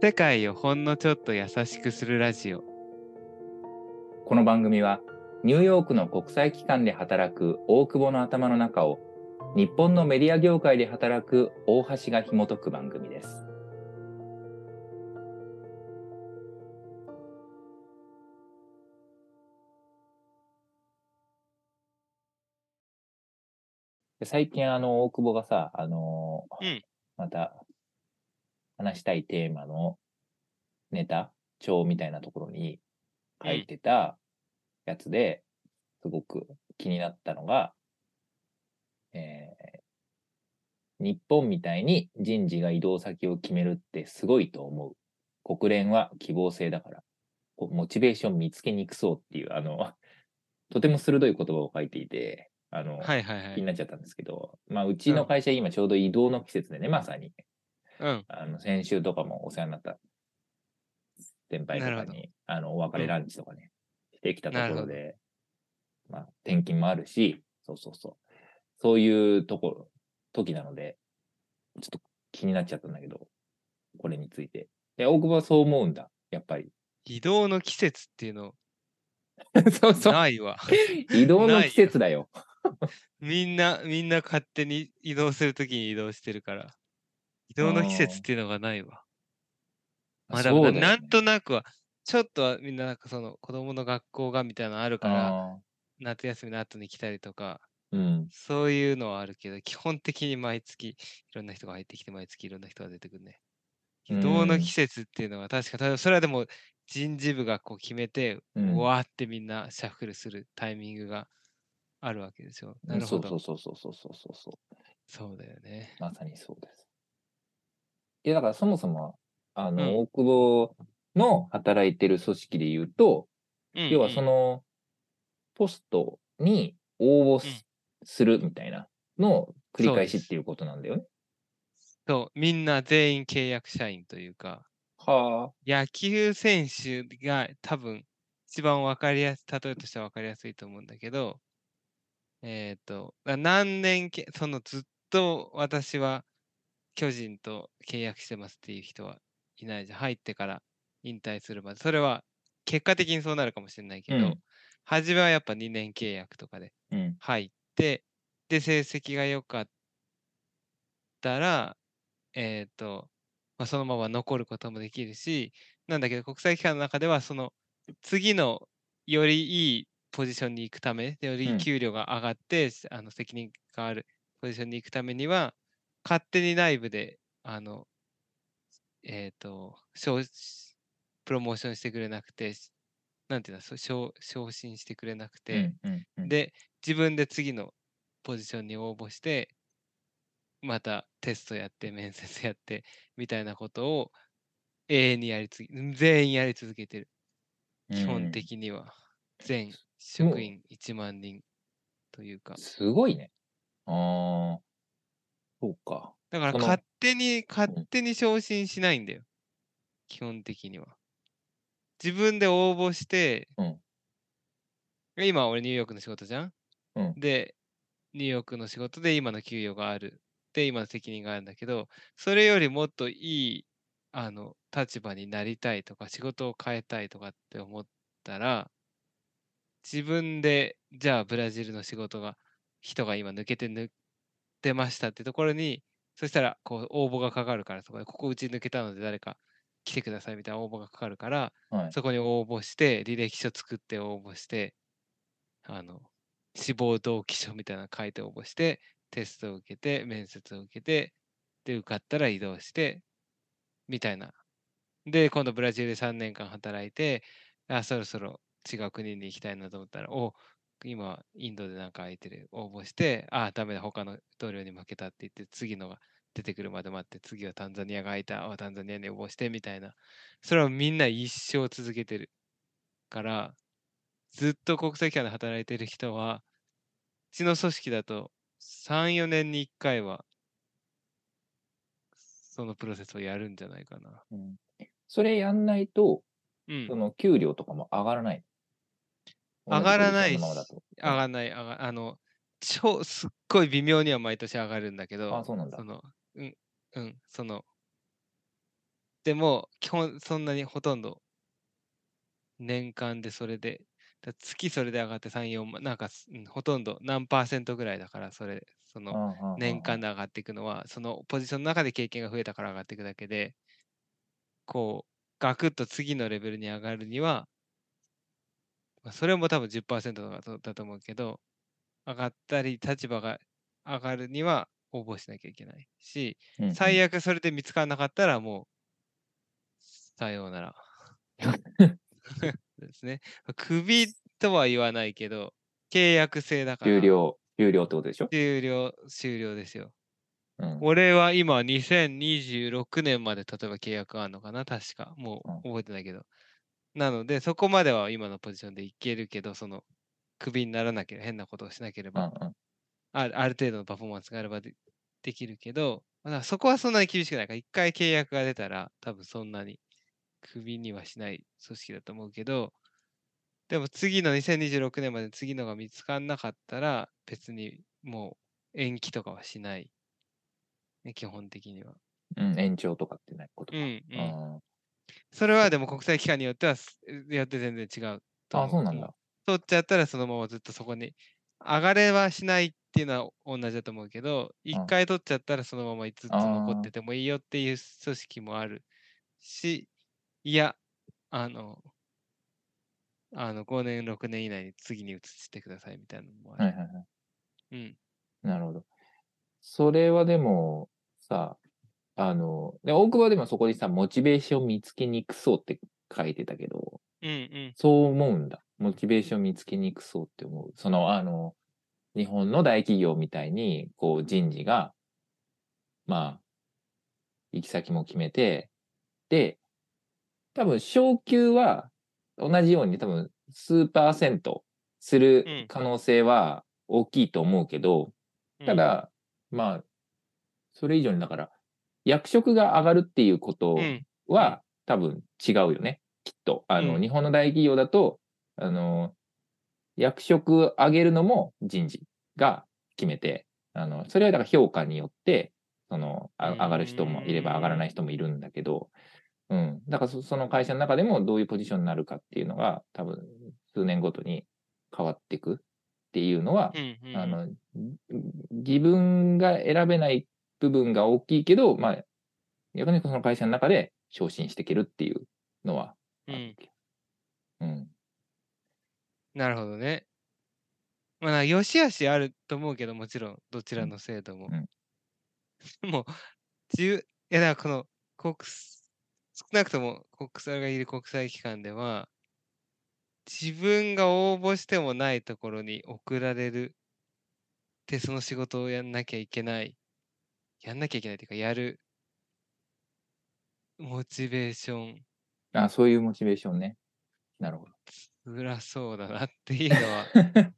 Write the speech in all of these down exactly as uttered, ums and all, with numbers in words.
世界をほんのちょっと優しくするラジオ。 この番組はニューヨークの国際機関で働く大久保の頭の中を日本のメディア業界で働く大橋が紐解く番組です。最近あの大久保がさ、あのーうん。 また話したいテーマのネタ帳みたいなところに書いてたやつですごく気になったのが、えー日本みたいに人事が移動先を決めるってすごいと思う。国連は希望制だから。こうモチベーション見つけにくそうっていう、あの、とても鋭い言葉を書いていて、あの、 はいはいはい。 気になっちゃったんですけど、まあ、うちうん。 の会社今ちょうど移動の季節でね、まさに、 うん。 あの、先週とかもお世話になった先輩なるほど。 とかに、あの、お別うん。 れランチとかね、してきたとなるほど。 ころで、まあ、転勤もあるし、そうそうそう。そういうところ、時なので、ちょっと気になっちゃったんだけど、これについて。え、大久保はそう思うんだ、やっぱり。 移動の季節っていうのそうそう。 ないわ。 移動の季ないよ。 節だよ。 みんな、みんな勝手に移動するときに移動してるから。移う動の季節っん。 ていうのがないわ。まあでもな、なんそうだよね。 となくは、ちょっとはみんななんかその子供の学校がみたいなのあるから、 ああ、 夏休みの後に来たりとか、 うん。 そういうのはあるけど、基本的に毎月いろんな人が入ってきて、毎月いろんな人が出てくるね。 う移動の季ん。 節っていうのは確か、ただそれはでも人事部がこう決めて、 うん。 うわーってみんなシャッフルするタイミングがあるわけでしょ。なるほど。 そうそうそうそうそうそうそうそう。 そうだよね。 まさにそうです。いや、だからそもそも、あの、 うん。 大久保の働いてる組織で言うと、 うんう要はそん。 の、ポストに応募うん。 すするみたいなのを繰りそうです。 返しっていうことなんだよね。 そう、みんな全員契約社員というか、 はあ。 野球選手が多分一番わかりやすい、例えとしてはわかりやすいと思うんだけど、えっと、な何年け、そのずっと私は巨人と契約してますっていう人はいないじゃん。入ってから引退するまで。それは結果的にそうなるかもしれないけど、 うん。 初めはやっぱにねん契約とかでうん。 入って、で、成績が良かったら、えっと、まあ、そのまま残ることもできるし、なんだけど国際機関の中ではその次のよりいいポジションに行くため、ようん。 り給料が上がって、あの責任があるポジションに行くためには、勝手に内部であのえっと、昇プロモーションしてくれなくて、なんていうの、そう昇昇進してくれなくて、 うん。うん。うん。 で、自分で次のポジションに応募して、またテストやって、面接やってみたいなことを永遠にやりつ全員やり続けてる。 う基本ん。 的には。全職も員いちまん人というか。 う、すごいね。ああ、そうか。 だから勝その、 手に勝うん。 手に昇進しないんだよ、基本的には。自分で応募してうん。 今俺ニューヨークの仕事じゃん。 うん。 で、ニューヨークの仕事で今の給与がある。で、今の責任があるんだけど、それよりもっといい、あの、立場になりたいとか、仕事を変えたいとかって思ったら、自分で、じゃあブラジルの仕事が、人が今抜けて抜ってましたってところに、そしたら、こう、応募がかかるから、そこで、ここうち抜けたので誰か来てくださいみたいな応募がかかるから、 はい。 そこに応募して、履歴書作って応募して、あの、志望動機書みたいなの書いて応募して、テストを受けて、面接を受けて、で、受かったら移動して、みたいな。で、今度ブラジルでさんねんかん働いて、あ、そろそろ違う国に行きたいなと思ったら、お、今、インドでなんか空いてる。応募して、あ、ダメだ、他の同僚に負けたって言って、次のが出てくるまで待って、次はタンザニアが空いた。あ、タンザニアに応募して、みたいな。それをみんな一生続けてるから、ずっと国際機関で働いてる人は、うちの組織だとさん、よねんにいっかいはそのプロセスをやるんじゃないかな。 うん。それやんないと、 うん。 その給料とかも上がらない。同上がらじポジショないし、 ンのままだと。うん。 上がらない、上があの、超すっごい微妙には毎年上がるんだけああ、 ど、 そうなんだ。 その、うん、うん、その、 でも、基本そんなにほとんど年間でそれで、だ月それで上がってさん、よんまん、なんか、すうん、ほとんど何パーセントぐらいだから、それ、その、 うんうんうんうん。 年間で上がっていくのは、そのポジションの中で経験が増えたから上がっていくだけで、こう、ガクッと次のレベルに上がるには、ま、それも多分じゅっパーセントとかとだと思うけど、上がったり、立場が上がるには応募しなきゃいけないし、 うんうん。 最悪それで見つからなかったらもうさようなら。ですね。ま、クビとは言わないけど、契約制だから終了終了ってことでしょ？ 終了終了ですよ。 うん。 俺は今にせんにじゅうろくねんまで例えば契約あんのかな、確か。もうん。 う覚えてないけど。なので、そこまでは今のポジションでいけるけど、その、クビにならなければ変なことをしなければ、 うんうん。 あるある程度のパフォーマンスがあればでできるけど、ま、だからそこはそんなに厳しくないから、いっかい契約が出たら、多分そんなにクビにはしない組織だと思うけど、でも次のにせんにじゅうろくねんまで次のが見つかんなかったら、別にもう延期とかはしないね、基本的には。 うん、延長とかってないことうんか。 うん。 ああ、 それはでもそっか。 国際機関によっては、すよって全然違うとああ、 思う。もう、 そうなんだ。 取っちゃったらそのままずっとそこに上がれはしないっていうのは同じだと思うけど、1 うん。 回取っちゃったらそのままずっと残っあててもいいよっていう組織もあるし、いや、あのあのごねん、ろくねん以内に次に移してくださいみたいなのもああ、はいる。 はいはい。 うん。 なるほど。それはでも、さ、あの、で、大久保はでもそこにさ、モチベーション見つけにくそうって書いてたけど、 うんうん。 そう思うんだ。モチベーション見つけにくそうって思う。その、あの、日本の大企業みたいに、こう人事が、まあ、行き先も決めて、で、多分昇給は同じように多分数パーセントするうん。 可能性は大きいと思うけど、 うん。 ただ、まあ、それ以上にだから、役職が上がるっていうことうん。うん。 は多分違うよね、きっと。あの、 うん。 日本の大企業だと、あの、役職上げるのも人事が決めて、あの、それはだから評価によって、その、 うあ上がる人もいれば上がらーん。 ない人もいるんだけど、うん。だからそその会社の中でもどういうポジションになるかっていうのが、多分数年ごとに変わっていくっていうのは、 うんうん。 あの、自分が選べない部分が大きいけど、まあ、逆にその会社の中で昇進していけるっていうのはあるうん。 けど。うん。 なるほどね。まあ、な良し悪しあると思うけど、もちろん、どちうん。 らの制度も。 うん。 もう、じゅういや、だからこの、国す少なくとも国際がいる国際機関では、自分が応募してもないところに送られるで、その仕事をやんなきゃいけない、やんなきゃいけないっていうか、やるモチベーション、 あ、そういうモチベーションね。なるほど。 辛そうだなっていうのは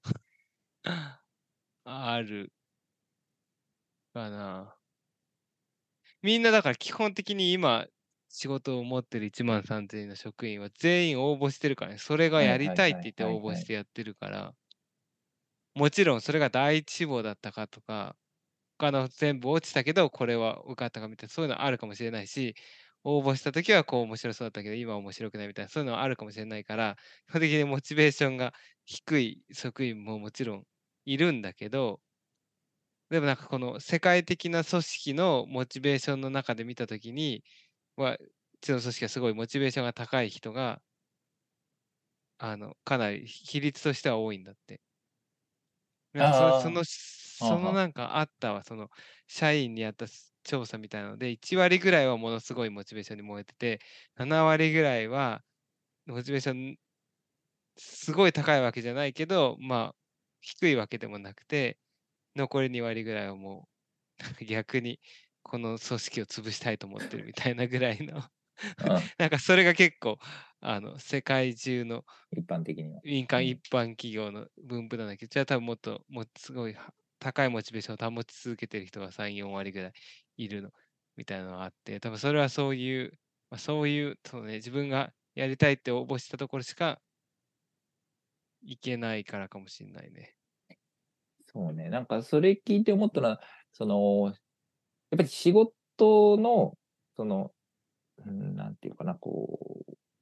あるかな。みんなだから基本的に今、仕事を持ってるいちまんさんぜんにんの職員は全員応募してるからね。それがはいやりはいはいたいって言って応はいはい。 募してやってるから、もちろんそれが第一志望だったかとか、他の全部落ちたけど、これは受かったかみたいな、そういうのはあるかもしれないし、応募した時はこう面白そうだったけど、今は面白くないみたいな、そういうのはあるかもしれないから、基本的にモチベーションが低い職員ももちろんいるんだけど、でもなんかこの世界的な組織のモチベーションの中で見た時には、うちの組織はすごいモチベーションが高い人が、あの、かなり比率としては多いんだって。なんかそそあの、 あ、はあそのはあ。 なんかあったわ、その社員にあったす調査みたいなので、いち割ぐらいはものすごいモチベーションに燃えてて、なな割ぐらいはモチベーションすごい高いわけじゃないけど、まあ、低いわけでもなくて、残りに割ぐらいはもう、なんか逆にこの組織を潰したいと思ってるみたいなぐらいのうん、 なんかそれが結構、あの、世界中の一般的には。 民間一うん。 般企業の分布なんだけど、じゃあ多分もっと、もうすごいは高いモチベーションを保ち続けてる人がさん、よん割ぐらいいるのみたいなのがあって、多分それはそういう、まあ、そういう、そうね、自分がやりたいって応募したところしか行けないからかもしんないね。 そうね、なんかそれ聞いて思ったのは、その、やっぱり仕事の、そのうん、なんていうかな、こ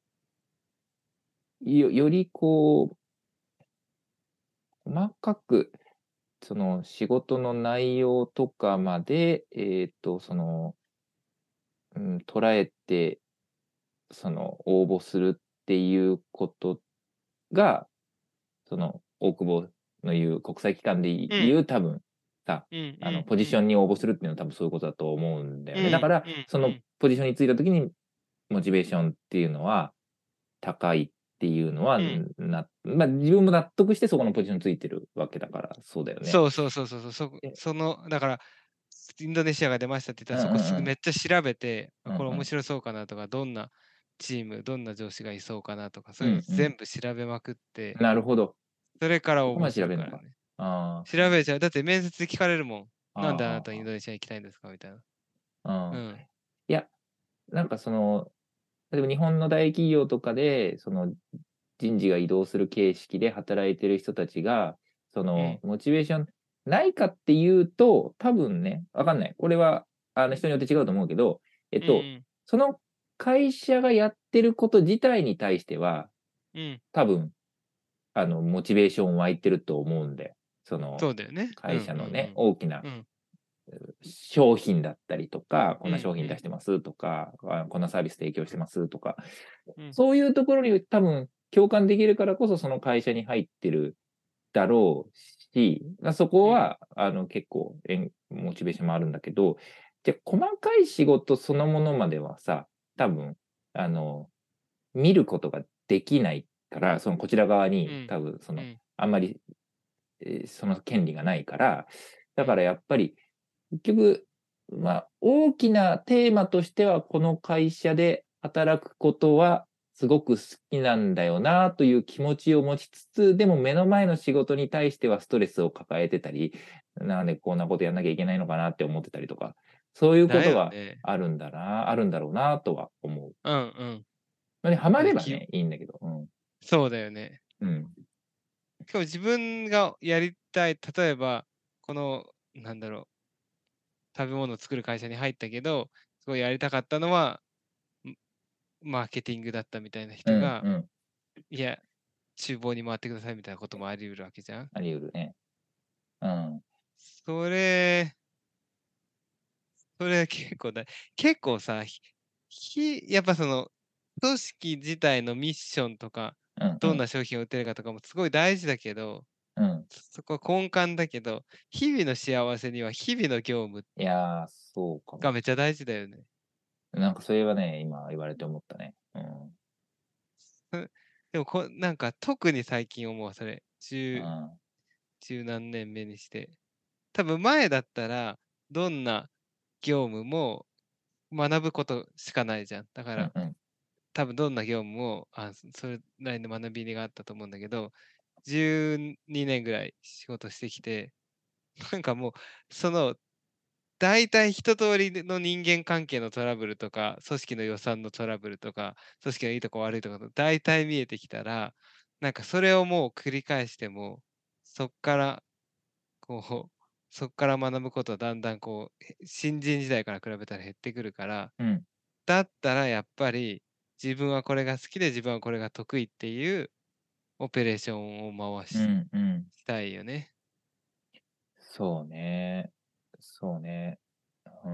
う、よよりこう、細かく、その仕事の内容とかまで、えっと、その、うん、捉えて、その応募するっていうことが、その大久保の言う国際機関でうん。 言う多分さ、 うんうあのんうん。 ポジションに応募するっていうのは多分そういうことだと思うんだよね。だうん、 から、 うんそのうん。 ポジションに就いた時にモチベーションっていうのは高いっていうのは、 うん。 なまあ、自分も納得してそこのポジションに就いてるわけだから、そうだよね。 そうそうそうそうそう、そこえ、 その、だから、インドネシアが出ましたって言ったら、 うんうそこすぐんうん。 めっちゃ調べて、あ、 うんうん。 これ面白そうかなとか、どんなチーム、どんな上司がいそうかなとか、そういうのうんうん。 全部調べまくって、 なるほど。 それから応募すそこまで調べるのか。 るからね。 あ調べちゃう。だって面接で聞かれるもん。 あ、 なんであなたインああ、 ドネシアに行きたいんですかみたいな。 ああ、うん。 うん。 いや、なんかその例えば日本の大企業とかで、その人事が異動する形式で働いてる人たちが、そうん。 のモチベーションないかっていうと、多分ね、わかんない。これはあの人によって違うと思うけど、えっと、 うんうん。 その会社がやってること自体に対しては、 うん。 多分、あの、モチベーション湧いてると思うんで、そのそうだよね。うんう会社のね、 ん大きなうん。うん。 商品だったりとか、こんな商うんうん。 品出してますとか、あこんなサービス提供してますとか、 うん。 そういうところに多分共感できるからこそ、その会社に入ってるだろうし、ま、そこうん。 はあの結構えんモチベーションもあるんだけど、じゃ、細かい仕事そのものまではさ、多分あの、見ることができないから、そのこちら側にうん。 多分その、 うん。 あんまり、え、その権利がないから、だからうん。 やっぱり結局、まあ、大きなテーマとしては、この会社で働くことはすごく好きなんだよなという気持ちを持ちつつ、でも目の前の仕事に対してはストレスを抱えてたり、なんでこんなことやんなきゃいけないのかなって思ってたりとか、そういうこだとがよね。 あるんだなあるんだろうなとは思う。 うんうん。 それにハマで、きればね、いいんだけど、うん。 そうだよね。 うん。 しかも自分がやりたい、例えば、この、なんだろう、食べ物を作る会社に入ったけど、すごいやりたかったのは、んマーケティングだったみたいなう人が、 んうん。 いや、厨房に回ってくださいみたいなこともあり得るわけじゃん。 あり得るね。うん。 それ、それ結構だ結構さ、ひひやっぱその、組織自体のミッションとか、 うんうん。 どんな商品を売ってるかとかもすごい大事だけど、 うん。 そこは根幹だけど、日々の幸せには日々の業務いや、そうかも。 がめっちゃ大事だよね。 なんかそれはね、今言われて思ったね。うん。 うん、でもこなんか特に最近思うわ、それ。十うん。 十何年目にして。多分前だったら、どんな業務も学ぶことしかないじゃん。だから、 うんうん。 多分どんな業務も、あ、そそれなりの学びがあったと思うんだけど、じゅうにねんぐらい仕事してきて、なんかもう、その大体一通りの人間関係のトラブルとか、組織の予算のトラブルとか、組織のいいとこ悪いところ大体見えてきたら、なんかそれをもう繰り返しても、そっからこう、そっから学ぶことはだんだんこう、へ新人時代から比べたら減ってくるから、 うん。 だったらやっぱり自分はこれが好きで自分はこれが得意っていうオペレーションを回うしんうん。 したいよね。 そうね。そうね。うん。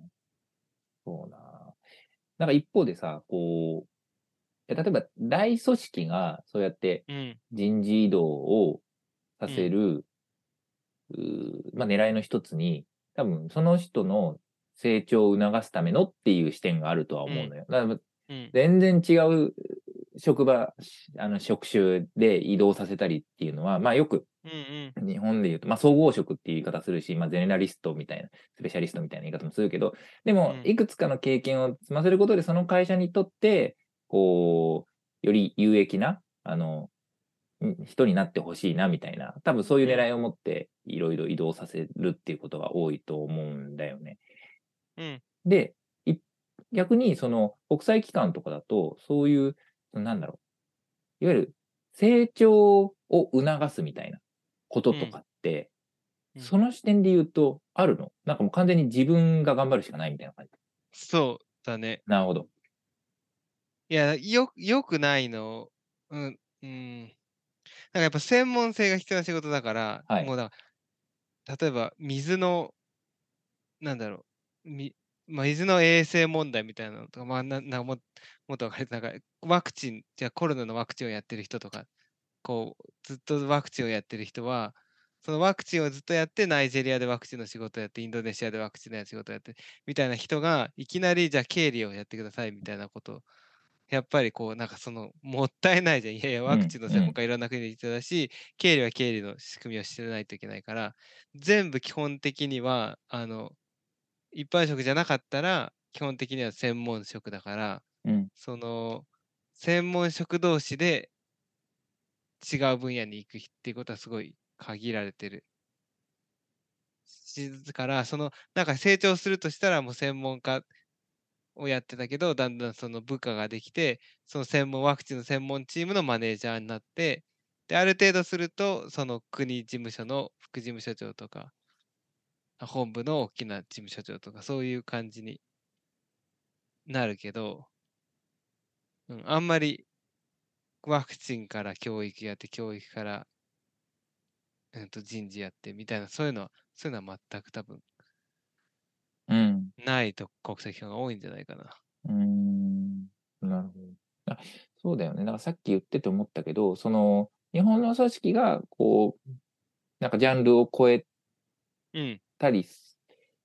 そうな。なんか一方でさ、こう、え、例えば大組織がそうやってうん、 人事異動をさうん、 せる、うまあ、狙いの一つに、多分その人の成長を促すためのっていう視点があるとはうん、 思うのよ。だからうん、 全然違う職場、あの、職種で移動させたりっていうのは、まあ、よくうんうん、 日本で言うと、まあ、総合職っていう言い方するし、まあ、ゼネラリストみたいな、スペシャリストみたいな言い方もするけど、でも、 うん、 いくつかの経験を積ませることで、その会社にとって、こう、より有益な、あの、ん人になってほしいなみたいな、多分そういううん、 狙いを持って、いろいろ移動させるっていうことが多いと思うんだよね。 うん、 で、い逆にその国際機関とかだと、そういう、なんだろう、いわゆる成長を促すみたいなことうん、 とかって、 うん。 その視点で言うとあるの？なんかもう完全に自分が頑張るしかないみたいな感じ。 そうだね。 なるほど。 いや、よ良くないの、うん、うーん。なんかやっぱ専門性が必要な仕事だから、 はい。 もうだ例えば水のなんだろう、みま、水の衛生問題みたいなのとか、まあ、ななももっとわかりなんかワクチンじゃ、コロナのワクチンをやってる人とか、こう、ずっとワクチンをやってる人は、そのワクチンをずっとやって、ナイジェリアでワクチンの仕事をやって、インドネシアでワクチンの仕事をやって、みたいな人が、いきなりじゃあ経理をやってくださいみたいなことやっぱりこうなんかその、もったいないじゃん。いやいや、ワクうん、 チンの専門うん、 家いろんな国で必要だし、経理は経理の仕組みを知らないといけないから、全部基本的には、あの、一般職じゃなかったら、基本的には専門職だから、 うん。 その、専門職同士で違う分野に行くっていうことはすごい限られてる。しずから、その、なんか成長するとしたらもう専門家をやってたけど、だんだんその部下ができて、その専門ワクチンの専門チームのマネージャーになって、で、ある程度すると、その国事務所の副事務所長とか、あ、本部の大きな事務所長とか、そういう感じになるけど、うん、あんまりワクチンから教育やって、教育から、うんと人事やってみたいな、そういうのはそういうのは全く多分うん。 ないと国際機関が多いんじゃないかな。 うーん。なるほど。あ、そうだよね。だからさっき言ってて思ったけど、その、日本の組織がこう、なんかジャンルを超えうん、 たりす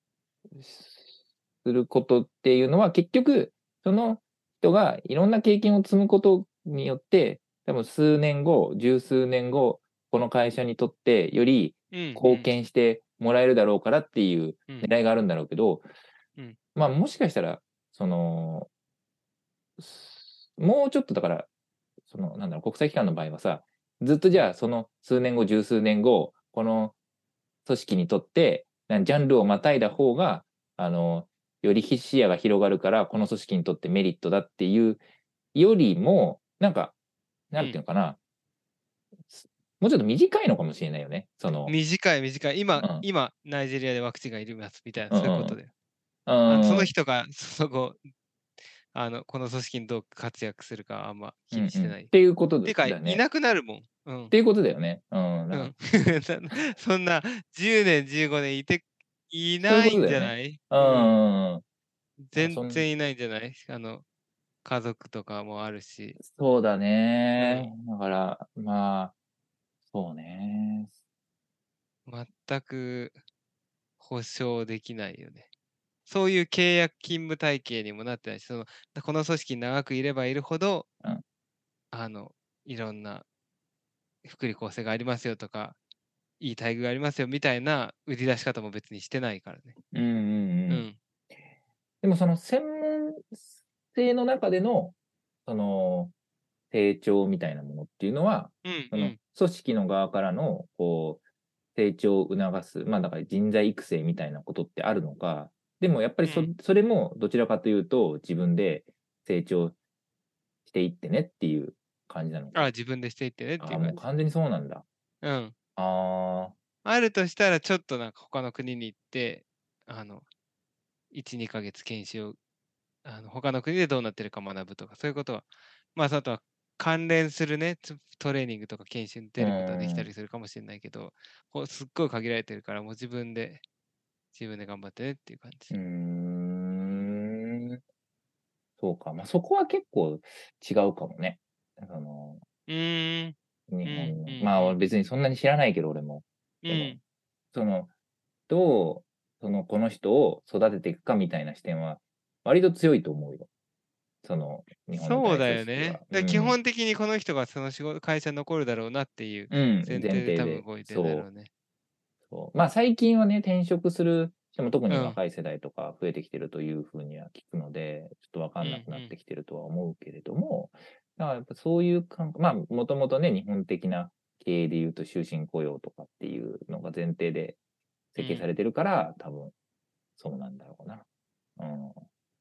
することっていうのは、結局、その人がいろんな経験を積むことによって、多分数年後、十数年後、この会社にとってよりうんう貢ん、 献してもらえるだろうからっていううん、 狙いがあるんだろうけど、 うん、 まあ、もしかしたら、その、すもうちょっとだから、その、なんだろう、国際機関の場合はさ、ずっとうん、 じゃあ、その数年後、十数年後、この組織にとって、なジャンルをまたいだ方が、あの、より視野が広がるから、この組織にとってメリットだっていうよりも、なんか、なんていうん。 うのかな、もうちょっと短いのかもしれないよね。その、 短い短い。今うん、 今、ナイジェリアでワクチンがいりますみたいな、 うんうんうん。 そういうことだよ。あの、そうん、 の人がその後、あの、この組織にどう活躍するかはあんま気うんうん。っにしてない。 ていうことてか、いだね。 なくなるもん。うん、 っていうことだよね。うん、だから、 うん。そんなじゅうねん、じゅうごねんいていそういうないんことだよね。 じゃない？ うんううん。 んうん。だからそん全然いないんじゃない？あの、家族とかもあるし。 そうだうん。 ね。だから、まあ、そうね。 全く保証できないよね。そういう契約勤務体系にもなってないし、その、この組織に長くいればいるほど、 うん。 あの、いろんな福利厚生がありますよとか、いい待遇がありますよみたいな売り出し方も別にしてないからね。 うんうんうん。 うん。 でもその専門性の中での、その、成長みたいなものっていうのは、そのうんうん。 組織の側からの、こう、成長を促す、まあ、だから人材育成みたいなことってあるのか、でもやっぱりそうん。 それもどちらかというと、自分で成長していってねっていう感じなのああ、 か。 自分でしていってねってああ、 いう感じ。 もう完全にそうなんだ。 うん。 ああ、 あるとしたらちょっとなんか他の国に行って、あの、いち、にかげつ研修を、あの、他の国でどうなってるか学ぶとか、そういうことは、まあ、あとは関連するね、つトレーニングとか研修にう出ることはできたーん、 りするかもしれないけど、ほすっごい限られてるから、もう自分で自分で頑張ってねっていう感じ。 うーん、そうか。ま、そこは結構違うかもね。あの、 うーん。うん、 日本の。 うん、 まあ、 うん。 別にそんなに知らないけど、俺も。でも、 うん。 その、どう、その、この人を育てていくかみたいな視点は、割と強いと思うよ。その、日本のそう大だよね。 組織は。うだ、基ん。 本的にこの人がその仕事会社に残るだろうなっていううん、 前提で多分前提で。 動いてんだろそう。 うね。 そう。まあ、最近はね、転職する人も特うん。 に若い世代とか増えてきてるというふうには聞くので、ちょっとわかうん、うんなくなってん。 きてるとは思うけれども、だからやっぱそういう感覚まあ、もともとね、日本的な経営で言うと終身雇用とかっていうのが前提でうん。 設計されてるから、多分そうなんだろうな。うん、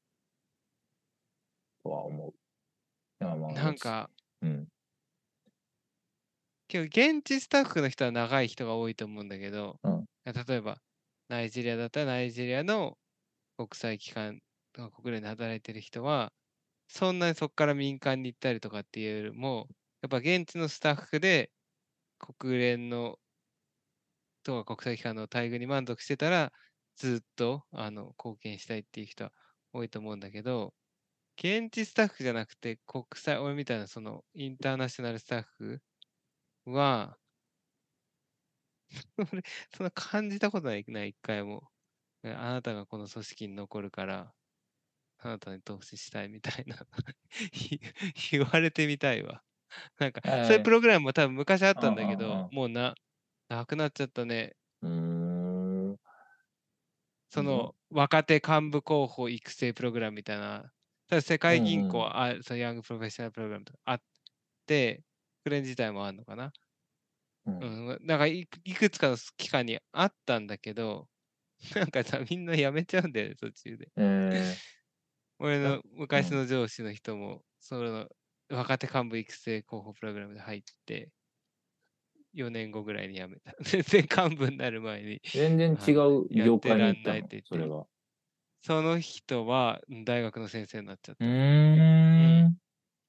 とは思う。だからまあ、もちなんか、 うん、 けど現地スタッフの人は長い人が多いと思うんだけど、 うん、 例えば、ナイジェリアだったらナイジェリアの国際機関とか国連で働いてる人は、 そんなにそっから民間に行ったりとかっていうよりも、やっぱ現地のスタッフで国連のとか国際機関の待遇に満足してたら、ずっとあの貢献したいっていう人は多いと思うんだけど、現地スタッフじゃなくて国際、俺みたいなそのインターナショナルスタッフは、俺、そんな感じたことないな、一回も。えあなたがこの組織に残るから、あなたに投資したいみたいな言言われてみたいわ。なんか、そういうはい。 プログラムも多分昔あっうんたんだけど、 うんもうな、なくなっちゃったね。 うん。うーん。 そよの若手幹部候補育成プログラムみたいな、ただ世う界銀行んうん。 はあ、そのヤングプロフェッショナルプログラムとかあって、国連自体もあるのかな。 うん。 うん、なんかいくいくつかの期間にあったんだけど、なんかさ、みんな辞めちゃうんだよね、途中で。 え俺ー、やのうん。 昔の上司の人も、その若手幹部育成候補プログラムで入って、よねんごぐらいに辞めた。全然幹部になる前に、 全然違あの、 うやっ業界にてらんないっ行ったの？ て言って、 それは。 その人はうん大学の先生になっちゃっうた。うん。 ーん。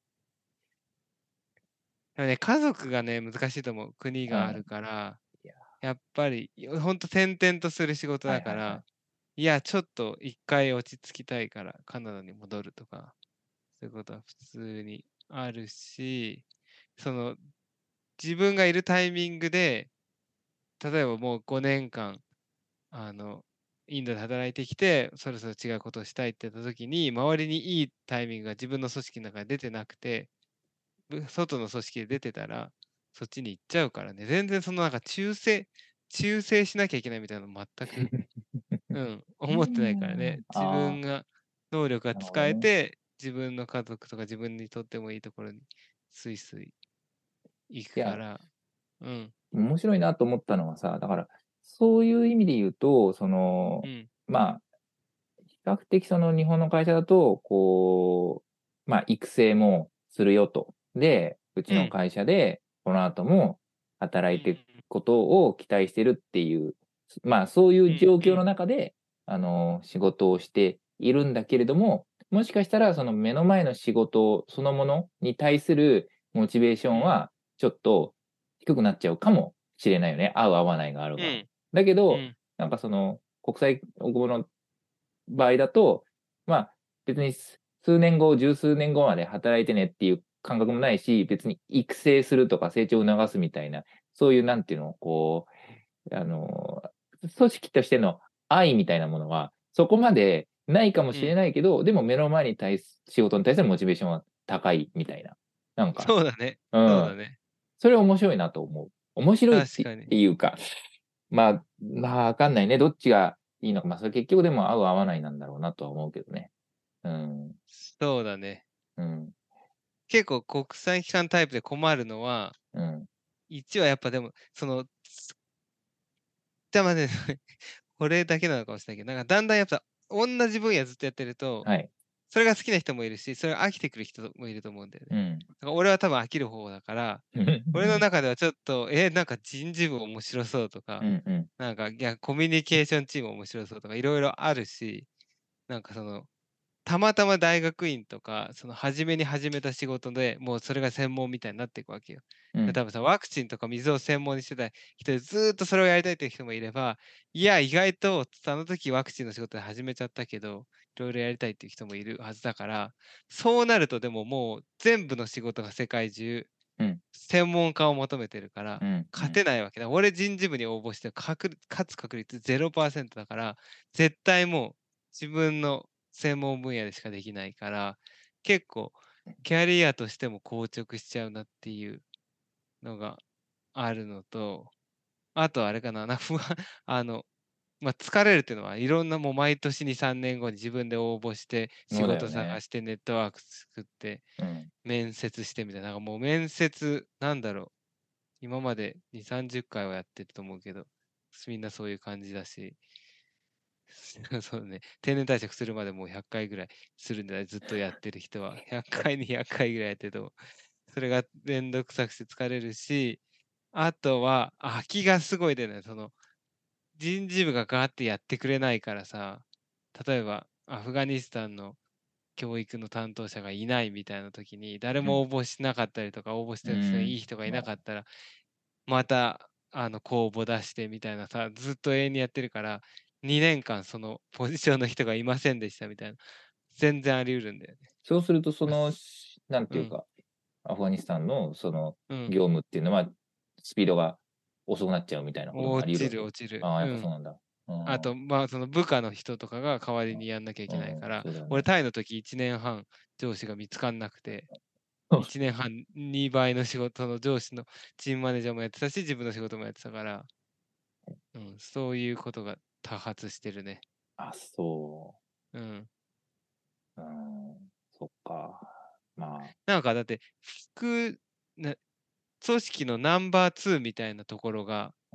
でもね、家族がね、難しいと思う。国うん。 があるから、 いや、 やっぱり、いほんと転々とする仕事はいはいはい。 だから、いや、ちょっと一回落ち着きたいからカナダに戻るとか、そういうことは普通にあるし、その、自分がいるタイミングで、例えばもうごねんかん、あの、インドで働いてきて、そろそろ違うことをしたいって言った時に、周りにいいタイミングが自分の組織の中で出てなくて、ぶ外の組織で出てたら、そっちに行っちゃうからね。全然そのなんか忠誠忠誠しなきゃいけないみたいなの全く、うん、思ってないからね。自ああ、 分が能力が使なるほどね。 えて、自分の家族とか自分にとってもいいところにスイスイ行いや、 くから、うん、 面白いなと思ったのはさ、だから、そういう意味で言うと、その、 うん、 まあ、比較的その日本の会社だと、こう、まあ、育成もするよと。で、うちうん、 の会社でこの後も働うん、 いていくことを期待してるっていう、まあ、そういううん、 状況のうん、 中で、あの、仕事をしているんだけれども、もしかしたらその目の前の仕事そのものに対するモチベーショうん、 ンはちょっと低くなっちゃうかもしれないよね。合う合わないがあるから。 うん、 だけど、 うん、 なんかその国際語の場合だと、まあ、別に数年後、十数年後まで働いてねっていう感覚もないし、別に育成するとか成長を促すみたいな、そういうなんていうの、こう、あの、組織としての愛みたいなものは、そこまでないかもしれうん。 ないけど、でも目の前に対す仕事に対するモチベーションは高いみたいな。なんか、 そうだね。 うん、 そうだね。 それ面白いなと思う。面白いってっ確かに。 ていうか、まあ、まあ、わかんないね。どっちがいいのか。まあ、それ結局でも合う合わないなんだろうなとは思うけどね。うん。 そうだね。 うん。 結構国際機関タイプで困るのは、 うん。 いちはやっぱでも、その、つじゃあまね、これだけなのかもしれないけど、なんかだんだんやっぱ、同じ分野ずっとやってると、 はい。 それが好きな人もいるし、それが飽きてくる人もいると思うんだよね。 うん。 だから俺は多分飽きる方だから、俺の中ではちょっと、え、なんか人事部面白そうとか、 うんうん。 なんか、いや、コミュニケーションチーム面白そうとか、いろいろあるし、なんかその、たまたま大学院とか、その初めに始めた仕事で、もうそれが専門みたいになっていくわけよ。で、 うん。 多分さ、ワクチンとか水を専門にしてた人でずーっとそれをやりたいっていう人もいれば、いや、意外とあの時ワクチンの仕事で始めちゃったけど、いろいろやりたいっていう人もいるはずだから、そうなるとでももう全部の仕事が世界中、 うん。 専門家を求めてるから、 うん。う勝ん。 てないわけだ。俺人事部に応募して確率勝つ確率ゼロパーセントだから、絶対もう自分の専門分野でしかできないから、結構キャリアとしても硬直しちゃうなっていうのがあるのと、あとあれかな、な不安あの、まあ、疲れるっていうのは、いろんなもう毎年に、さんねんごに自分で応募して、仕そうだよ事探ね。 してネットワーク作って、 うん。 面接してみたいな、なんかもう面接、なんだろう、今までに、さんじゅっかいはやってると思うけど、みんなそういう感じだし、そうね、定年退職するまでもうひゃっかいぐらいするんじゃないずっとやってる人は。ひゃっかい、にひゃっかいぐらいやってると、それがめんどくさくて疲れるし、あとは、空きがすごい出るね。その、人事部がガーってやってくれないからさ、例えば、アフガニスタンの教育の担当者がいないみたいな時に、誰うん。 も応募しなかったりとか、応募しうてる人にいん。 い人がいまあ、 なかったら、また、あの、公募出してみたいなさ、ずっと永遠にやってるから、にねんかんそのポジションの人がいませんでしたみたいな、全然あり得るんだよね。 そうするとそま、 の、 すしなんうん、 ていうか、アフガニスタンのそのうん。 業務っていうのは、スピードが遅くなっちゃうみたいなこともあ落ちり得るわけ？ る落ちる。 ああ、やうん。 っぱそうなんだ。うん。 あと、まあ、その部下の人とかが代わりうん。 にやんなきゃいけないうん、 から、俺そうだよね。 タイの時いちねんはん上司が見つかんなくて、いちねんはんにばいの仕事の上司のチームマネージャーもやってたし、自分の仕事もやってたから、うん、そういうことが多発してるね。 あ、そうん。 う。うん、そっか。まあ、 なんかだって、副な組織のナンバーツーみたいなところがうん。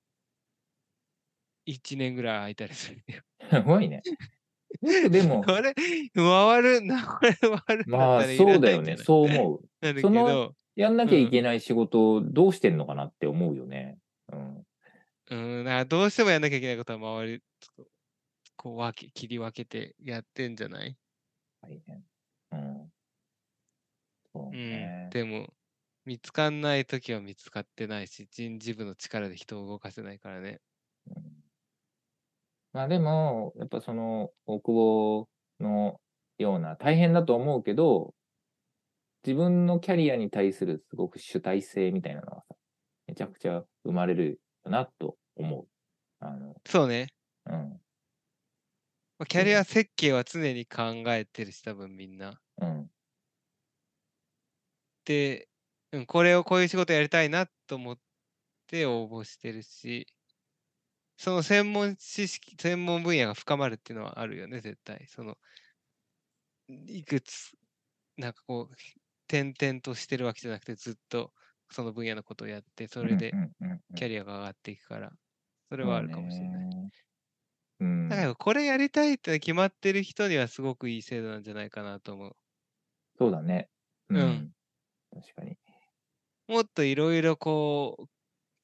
いちねんぐらい空いたりするよ。 すごいね。よくでも、 これ、回るな、これ回るんだっまあ、 たらいらそうだよね、 ないんじゃない？ そう思う。 なるその、 けど、 やんなきゃいうん。 けない仕事をどうしてんのかなって思うよね。うん。 うーん、だからどうしてもやんなきゃいけないことは周りこう分け切り分けてやってんじゃない？ 大変。うん。そうん、 うね。 でも、見つかんない時は見つかってないし、人事部の力で人を動かせないからね。 うん。まあ、でも、やっぱその、大久保のような大変だと思うけど、自分のキャリアに対するすごく主体性みたいなのはさ、めちゃくちゃ生まれるよなと思う。あの、 そうね。 うん。 ま、キャ自分リア設計は常に考えてるし、多分みんな。 うん。 で、うん、これをこういう仕事やりたいなと思って応募してるし、その専門知識専門分野が深まるっていうのはあるよね、絶対。その、いくつなんかこう、転々としてるわけじゃなくて、ずっとその分野のことをやって、そうんれでうんうんうん。 キャリアが上がっていくから、それはそうあるかもしれない。 ね。うん。 だからこれやりたいって決まってる人にはすごくいい制度なんじゃないかなと思う。 そうだね。ううん。 ん。確かに。 もっといろいろこう、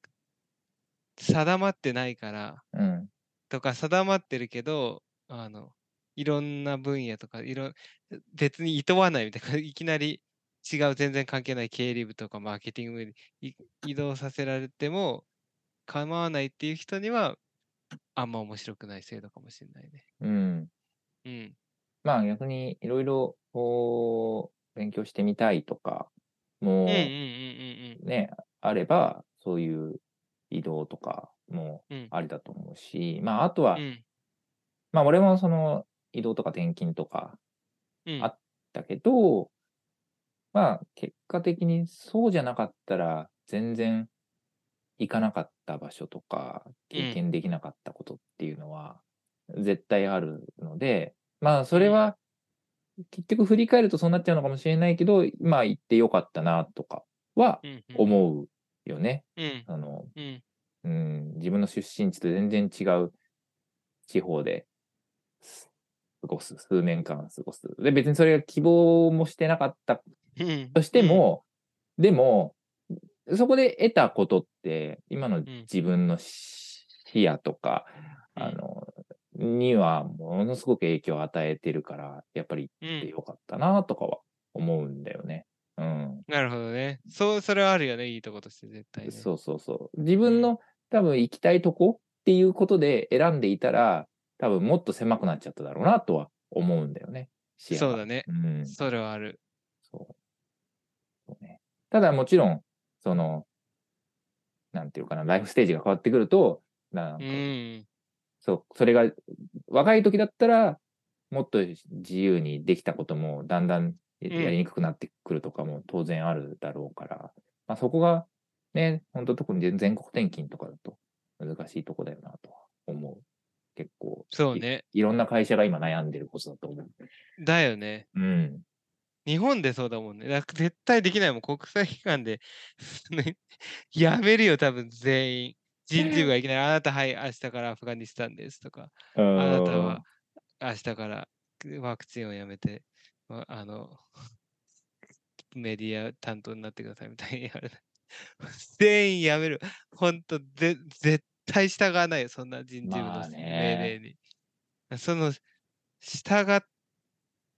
定まってないから、 うん。 とか定まってるけど、あの、いろんな分野とか、いろ別に厭わないみたいな、いきなり違う全然関係ない経理部とかマーケティング部にい移動させられても構わないっていう人には、あんま面白くない制度かもしれないね。 うん。 うん。 まあ、逆にいろいろこう、勉強してみたいとか、もうんうんうんうんうね、あれば、そういう移動とかもうん。うん。 ありだと思うし、まあ、あとは、 うん。 まあ、俺もその移動とか転勤とかうん。 あったけど、まあ、結果的にそうじゃなかったら、全然行かなかった場所とか、経うん。 験できなかったことっていうのは、絶対あるので、まあ、 うん。 それは結局振り返るとそうなっちゃうのかもしれないけど、まあ、行ってよかったなとかはうん。うん。 思うよね。 うん。 あの、 うん。 うん、自分の出身地と全然違う地方で、過ごす、数年間過ごす。で、別にそれが希望もしてなかったうん。 としうん。 ても、でも、そこで得たことって、今のうん。 自分の視野とか、 うん。 あの、にはものすごく影響を与えてるから、やっぱり行ってうん。 よかったなとかは思うんだよね。うん。 なるほどね。そう、それはあるよね、いいとことして絶対ね。 そうそうそう。自うん。 分の多分行きたいとこっていうことで選んでいたら、多分もっと狭くなっちゃっただろうなとは思うんだよね、視野が。 そうだね。 うん。 それはある。 そう、そうね。ただもちろん、その、なんていうかな、ライフステージが変わってくると、なうんか、 ーん。 そう、それが若い時だったら、もっと自由にできたこともだんだんうん。 やりにくくなってくるとかも当然あるだろうから、まあ、そこがね、ほんと特に全全国転勤とかだと難しいとこだよなとは思う。結構、いそうね。 いろんな会社が今悩んでることだと思う。 だよね。 うん。 日本でそうだもんね。だから絶対できないもん。国際機関でね、辞めるよ、多分全員。人事部がいきなり、あなた、はい、明日からアフガニスタンですとか、 うあなたーん。 は明日からワクチンをやめて、まあの、メディア担当になってくださいみたいに言われて。全員辞める。ほんと、ぜ絶対従わないよ、そんな人事部のまあ命ね。 令に。その、従っ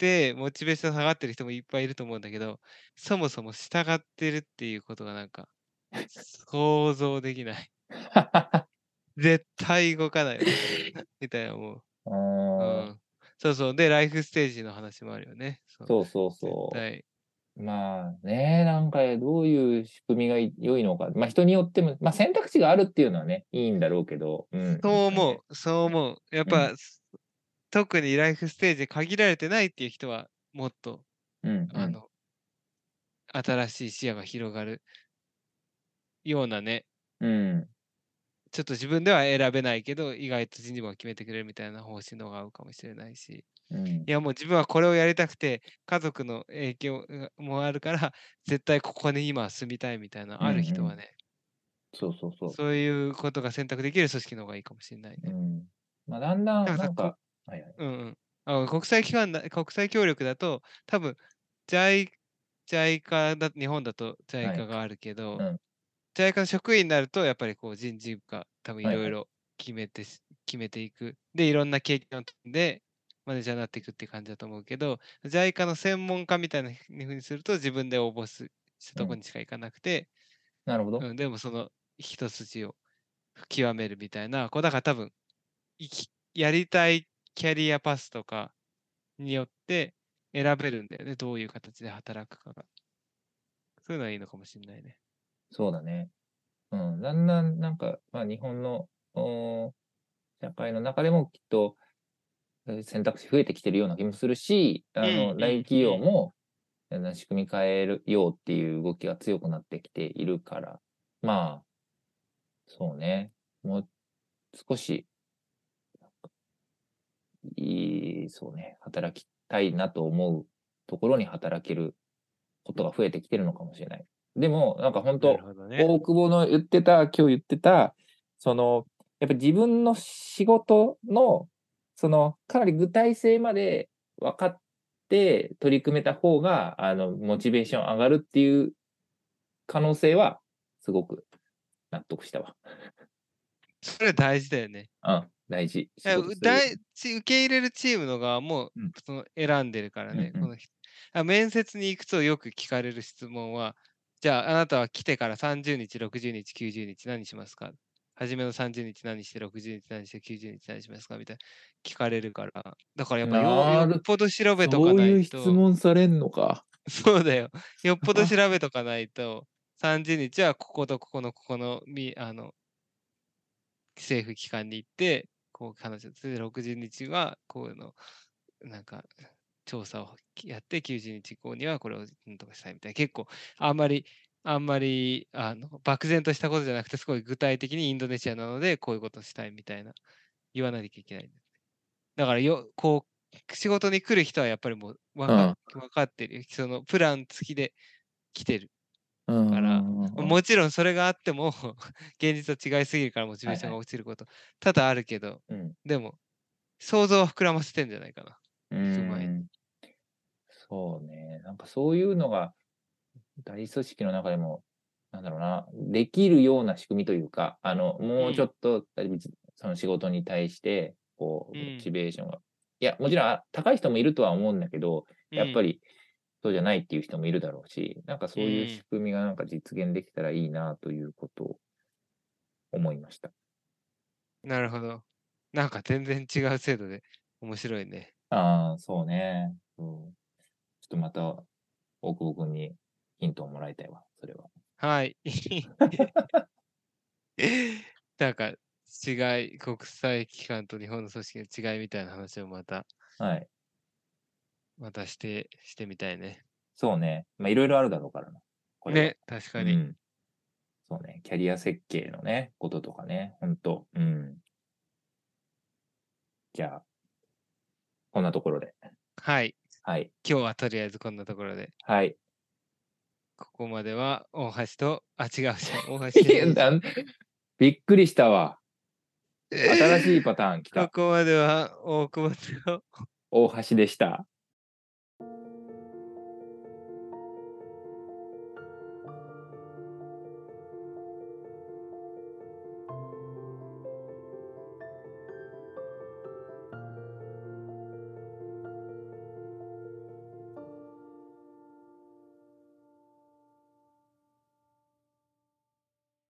て、モチベーション下がってる人もいっぱいいると思うんだけど、そもそも従ってるっていうことがなんか、想像できない。絶対動かないわ、みたいな思う。 ううーん。 ん。そうそう。で、ライフステージの話もあるよね。そう。 そうそう絶そ対。 う。まあね、なんかどういう仕組みがい良いのか、ま、人によっても、ま、選択肢があるっていうのはね、いいんだろうけど、うん、 そうなんで、 思う、そう思う。やっうん、 ぱ、す特にライフステージ限られてないっていう人は、もっと、 うんうん、 あの、新しい視野が広がるようなね、 うん、 ちょっと自分では選べないけど、意外と人事部が決めてくれるみたいな方針の方が合うかもしれないし。 うん、 いや、もう自分はこれをやりたくて、家族の影響がもあるから、絶対ここに今住みたいみたいなうんうある人はん。 ね、 そうそうそそういうことが選択できる組織の方がいいかもしれないう。うね。 ん。ま、だんだんだからさ、こなんか、はいはい。 うんうん。あ、国際機関だ国際協力だと、多分、ジャイジャイカだ日本だとはい。 ジャイカ があるけど、 うん。 ジャイカ の職員になると、やっぱりこう人事が多分いはいはい。 ろいろ決めてし決めていく。で、いろんな経験を積んで、マネージャーになっていくっていう感じだと思うけど、ジャイカ の専門家みたいな風にすると、自分で応募すしたうん。 とこにしか行かなくて、 なるほど。 うん、でもその一筋を極めるみたいな、こうだから多分、いきやりたいキャリアパスとかによって選べるんだよね、どういう形で働くかが。そういうのはいいのかもしんないね。 そうだね。うん。だんだんなんか、ま、日本の、お社会の中でもきっと、え、選択肢増えてきてるような気もするし、あの、 うんう大企んうん。 業も、あの、仕組み変えるようっていう動きが強くなってきているから、まあ、そうね、もう少し、いいそうね、働きたいなと思うところに働けることが増えてきてるのかもしれない。でも、なんかほんなると、 ほどね。 大久保の言ってた今日言ってた、その、やっぱ自分の仕事の、その、かなり具体性まで分かって取り組めた方が、あの、モチベーション上がるっていう可能性はすごく納得したわ。 それ大事だよね。 うん、大事。仕え、 事する上で。 うだいち受け入れるチームの側も、 うん、 その選んでるからね、 うんうん。 この人あ、面接に行くとよく聞かれる質問は、じゃあ、あなたは来てからさんじゅうにち、ろくじゅうにち、きゅうじゅうにち何しますか？初めのさんじゅうにち何して、ろくじゅうにち何して、きゅうじゅうにち何しますか？みたいな聞かれるから、だからやっぱよよっなるぽど調べとかそういう質ないと、 問されんのか。 そうだよ。よっぽど調あ、 べとかないと、さんじゅうにちはこことここのここのみあの政府機関に行って、こう彼女でろくじゅうにちはこういうの、なんか調査をやって、きゅうじゅうにちごにはこれをなんとかしたいみたいな、結構あんまりあんまりあの漠然としたことじゃなくて、すごい具体的にインドネシアなので、こういうことしたいみたいな言わなきゃいけない。だからよこう仕事に来る人はやっぱりもうわかうん。 分かってるよ。そのプラン付きで来てるうんうから、 んうんうん。 もちろんそれがあっても現実と違いすぎるからモチベーションがはいはい。 落ちること、多々あるけど、 うん。 でも、想像は膨らませてんじゃないかな。 うー行く前に。 ん、そうね。なんかそういうのが大組織の中でも、なんだろうな、できるような仕組みというか、あの、もうちょうん、 っと、あいつその仕事に対して、こう、モチうん、 ベーションがいや、もちろん、あ、高い人もいるとは思うんだけど、 うん、 やっぱりそうじゃないっていう人もいるだろうし、なんかそういう仕うん。 組みがなんか実現できたらいいなということを思いました。 なるほど。なんか全然違う制度で面白いね。 ああ、そうね。そう。ちょっとまた、大久保君にヒントをもらいたいわ、それは。 はい。なんか違い、国際機関と日本の組織の違いみたいな話をまたはい。 またしてしてみたいね。 そうね。ま、いろいろあるだろうからな、これは。 ね、確かに。 うん。そうね、キャリア設計のね、こととかね、ほんと、うん。じゃあ、こんなところで。 はい。 はい。 今日はとりあえずこんなところで。 はい。 ここまでは大橋と、あ、違うじゃん、大橋いや、 でいいじゃん。 なんびっくりしたわ。新しいパターン来た。 ここまでは大久保と、 大橋でした。